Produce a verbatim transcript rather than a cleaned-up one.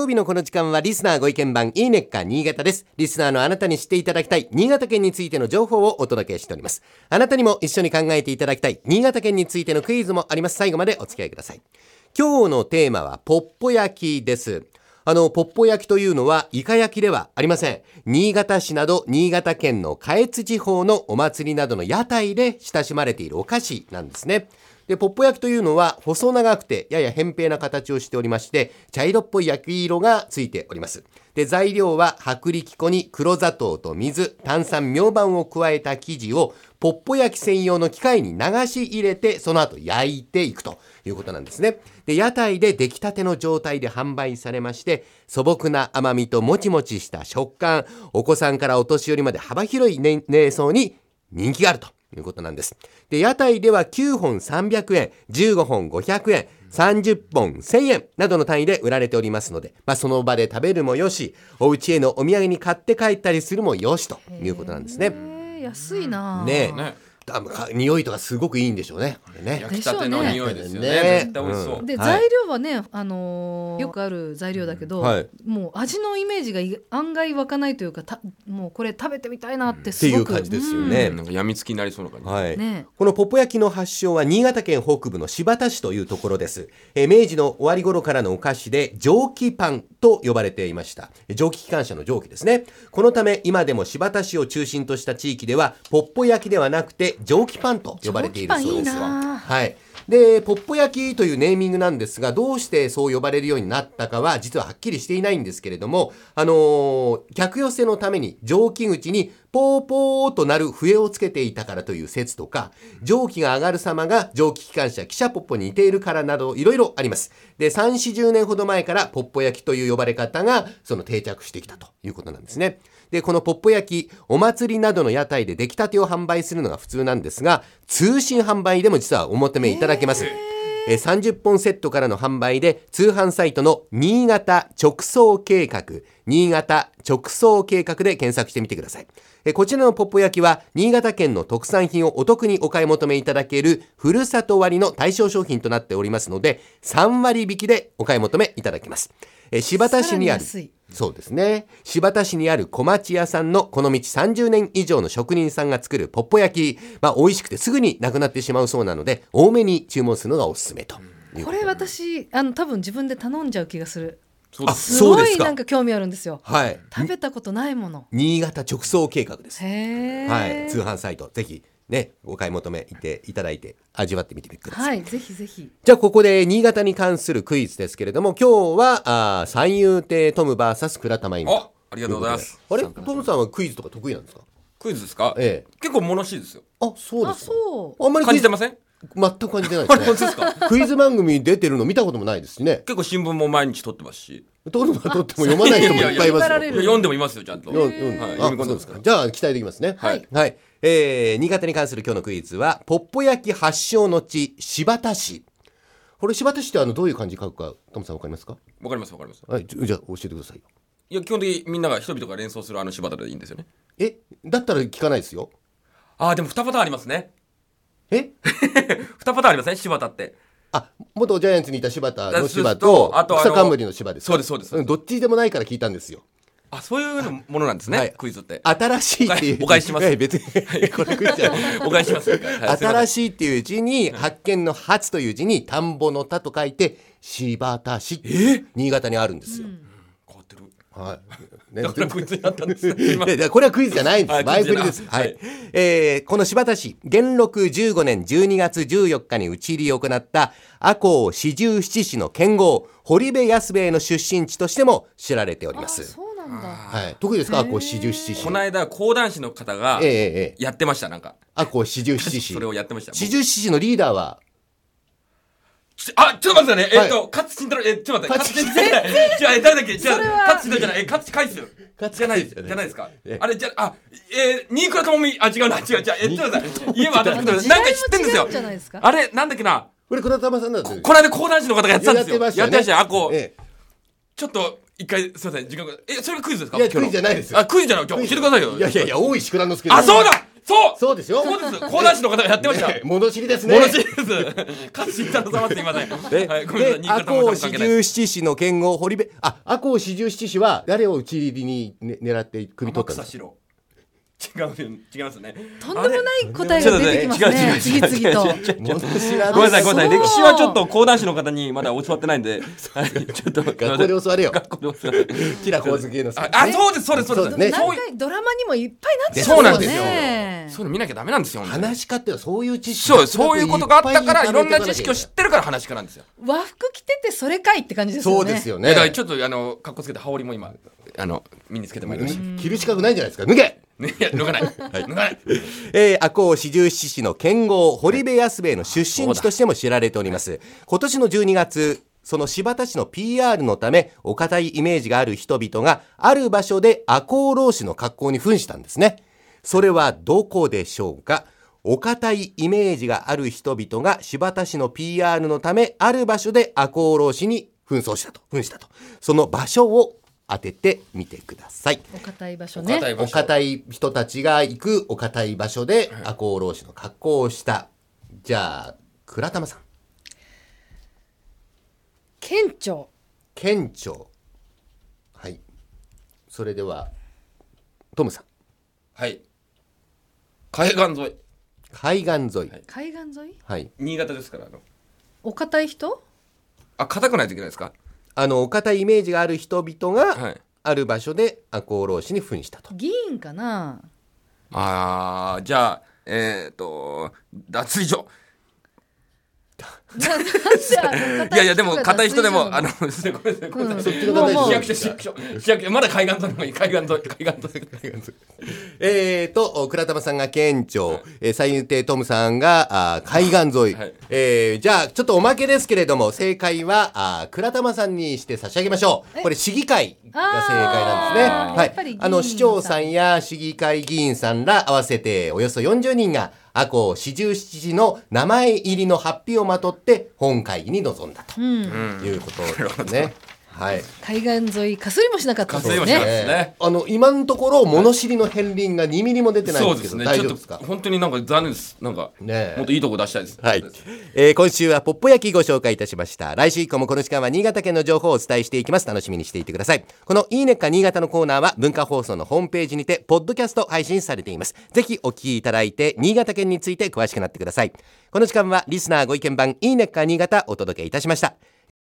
曜日のこの時間はリスナーご意見番いいねっか新潟です。リスナーのあなたに知っていただきたい新潟県についての情報をお届けしております。あなたにも一緒に考えていただきたい新潟県についてのクイズもあります。最後までお付き合いください。今日のテーマはポッポ焼きです。あのポッポ焼きというのはイカ焼きではありません。新潟市など新潟県の下越地方のお祭りなどの屋台で親しまれているお菓子なんですね。でポッポ焼きというのは細長くてやや扁平な形をしておりまして、茶色っぽい焼き色がついております。で材料は薄力粉に黒砂糖と水、炭酸、明板を加えた生地をポッポ焼き専用の機械に流し入れて、その後焼いていくということなんですね。で屋台で出来たての状態で販売されまして、素朴な甘みともちもちした食感、お子さんからお年寄りまで幅広い年齢層に人気があるということなんです。で屋台ではきゅうほんさんびゃくえん、じゅうごほんごひゃくえん、さんじゅっぽんせんえんなどの単位で売られておりますので、まあ、その場で食べるもよし、お家へのお土産に買って帰ったりするもよしということなんですね。 安いなねえ、ね匂いとかすごくいいんでしょうね。ね焼きたての匂いですよね。 ね絶対美味しそう。 で、はい、材料はね、あのー、よくある材料だけど、はい、もう味のイメージが案外湧かないというか、たもうこれ食べてみたいなってすごく、 っていう感じですよね。 うん、なんか病みつきになりそうな感じ、 はいね、 このポッポ焼きの発祥は新潟県北部の新発田市というところです。えー、明治の終わり頃からのお菓子で蒸気パンと呼ばれていました。蒸気機関車の蒸気ですね。このため今でも新発田市を中心とした地域ではポッポ焼きではなくて蒸気パンと呼ばれているそうですわ。はい。でポッポ焼きというネーミングなんですが、どうしてそう呼ばれるようになったかは実ははっきりしていないんですけれども、あのー、客寄せのために蒸気口にポーポーとなる笛をつけていたからという説とか、蒸気が上がる様が蒸気機関車汽車ポッポに似ているからなどいろいろあります。でさんじゅう、よんじゅうねんほど前からポッポ焼きという呼ばれ方がその定着してきたということなんですね。でこのポッポ焼き、お祭りなどの屋台で出来たてを販売するのが普通なんですが、通信販売でも実はお求めいただけます。えさんじゅっぽんセットからの販売で、通販サイトの新潟直送計画、新潟直送計画で検索してみてください。えこちらのポッポ焼きは新潟県の特産品をお得にお買い求めいただけるふるさと割の対象商品となっておりますので、さんわり引きでお買い求めいただけます。え新発田市にある、そうですね、新発田市にある小町屋さんのこの道さんじゅうねん以上の職人さんが作るポッポ焼き、まあ、美味しくてすぐになくなってしまうそうなので、多めに注文するのがおすすめというここれ私あの多分自分で頼んじゃう気がする。 あ、 すごいなんか興味あるんですよ。 はい、 食べたことないもの。 新潟直送計画です。 へー、 はい、通販サイトぜひね、お買い求めていただいて味わってみてください。 はい、ぜひぜひ。 じゃあここで新潟に関するクイズですけれども、今日はあ三遊亭トム ブイエス 倉玉犬。 あ、ありがとうございます。 あれ、トムさんはクイズとか得意なんですか？ クイズですか？ ええ、 結構物知りですよ。 あ、そうですか。 あ、そう。 あんまり感じてません？ 全く感じてないですね。 本当ですか？ クイズ番組出てるの見たこともないですしね。 結構新聞も毎日撮ってますし、 撮るのは撮っても読まない人もいっぱいいますよ。 読んでもいますよ、ちゃんと。 読ん読んはい、 あ、 読み込んでそうですか。じゃあ期待できますね。 はい、 はい。えー、新潟に関する今日のクイズはポッポ焼き発祥の地新発田市。これ新発田市ってあのどういう漢字書くかトムさんわかりますか？ わかりますわかります。 はい、じゃあ教えてくださいよ。 いや、基本的にみんなが人々が連想するあの柴田でいいんですよね。 え、だったら聞かないですよ。 あー、でもにパターンありますね。 えにパターンありますね、柴田って。 あ、元ジャイアンツにいた柴田の柴と草冠の柴です。 そうですそうです。 どっちでもないから聞いたんですよ。 あ、そういうのものなんですね、はい、クイズって。 新しいっていうお返しします。 別にこれクイズじゃないお返しします、はい、 新しいっていう字に、はい、発見の発という字に田んぼの田と書いて新発田市、えー、新潟にあるんですよ、うん、 変わってる。 はい、 ね、だからクイズになったんですよ。これはクイズじゃないんです。前振りです。はい。えー、この新発田市、元禄じゅうごねんじゅうにがつじゅうよっかに討ち入りを行った赤穂四十七士の剣豪堀部安兵衛の出身地としても知られております。 あ、そうなんだ。 はい。得意ですか？赤穂四十七士。 この間講談師の方がやってました、なんか。赤穂四十七士。 それをやってました。 四十七士のリーダーは。 あ、ちょっと待ってね。えっと、勝慎太郎、え、ちょっと待って。勝慎太郎。じゃあ、え、誰だっけ？じゃあ、勝慎太郎じゃない。え、勝海水。じゃないです。じゃないですか。あれ、じゃあ、え、新倉智美。あ、違うな、違う、違う。え、ちょっと待って。言えば当たってくる。なんか知ってんですよ。あれ、なんだっけな。 これ、倉玉さんなんだって。 この間講談師の方がやってたんですよ。やってましたよ。あ、こう。ちょっと、一回、すいません、時間が。え、それがクイズですか？ いや、クイズじゃないですよ。 あ、クイズじゃない。今日教えてくださいよ。 いやいやいや、大石蔵之介。 あ、そうだそうそうですよ。 そうです。講談師の方がやってました。 物知りですね。 物知りです。勝慎太郎様って言いません。 で、はい、で赤穂四十七士の剣豪堀部、あ、赤穂四十七士は誰を討ち入りに、ね、狙って首取ったんですか。 違う違いますね。 とんでもない答えが出てきますね。次々と。 ごめんなさいごめんなさい。歴史はちょっと講談師の方にまだ教わってないんで、ちょっと学校で教われよ。 学校で教われ。 キラ光月の。 あ、そうですそうですそうです。 何回ドラマにもいっぱいなってそうなんですよ。そういうの見なきゃダメなんですよ。 話し家ってそういう知識。 そうそういうことがあったからいろんな知識を知ってるから話し家なんですよ。 和服着ててそれかいって感じですよね。 そうですよね。 だからちょっとあの格好つけて羽織も今あの身につけてまいりました。 着る資格ないんじゃないですか。脱げ。 いや脱がない。脱がない。 えー、赤穂四十七士の剣豪堀部安兵衛の出身地としても知られております。今年のじゅうにがつ、その新発田市の ピーアール のためお堅いイメージがある人々がある場所で赤穂浪士の格好に扮したんですね。それはどこでしょうか。お堅いイメージがある人々が新発田市の ピーアール のためある場所で赤穂浪士に扮装したと扮したとその場所を当ててみてください。 お堅い場所ね。 お堅い人たちが行くお堅い場所で赤穂浪士の格好をした。じゃあ倉玉さん。 県庁。 県庁。はい。それではトムさん。 はい。海岸沿い。 海岸沿い。はい、 海岸沿い。 はい。 新潟ですからあの。 お堅い人？ あ、硬くないといけないですか。 あのお堅いイメージがある人々がある場所で赤穂浪士に扮したと。 議員かな。 あー、じゃあえっ、ー、と脱衣所。いやいやでも硬い人でもあの市役所市役所市役所まだ海岸沿いもいい海岸沿い海岸沿い海岸沿いえーと倉玉さんが県庁、はい、えー、最低トムさんがあ海岸沿い、はい、えー、じゃあちょっとおまけですけれども正解はあ倉玉さんにして差し上げましょう。これ市議会が正解なんですね。はい、あの市長さんや市議会議員さんら合わせておよそよんじゅうにんが赤穂四十七士の名前入りの法被をまとって本会議に臨んだということですね。うんはい、 海岸沿いかすりもしなかったですね。 かすりもしなかったですね。 あの今のところ物知りの片鱗がにミリも出てないんですけど、ね、大丈夫ですか。 本当になんか残念です。なんか、ね、もっといいとこ出したいです。 はい、えー、今週はポッポ焼きご紹介いたしました。来週以降もこの時間は新潟県の情報をお伝えしていきます。楽しみにしていてください。このいいねっか新潟のコーナーは文化放送のホームページにてポッドキャスト配信されています。ぜひお聞きいただいて新潟県について詳しくなってください。この時間はリスナーご意見番いいねっか新潟お届けいたしました。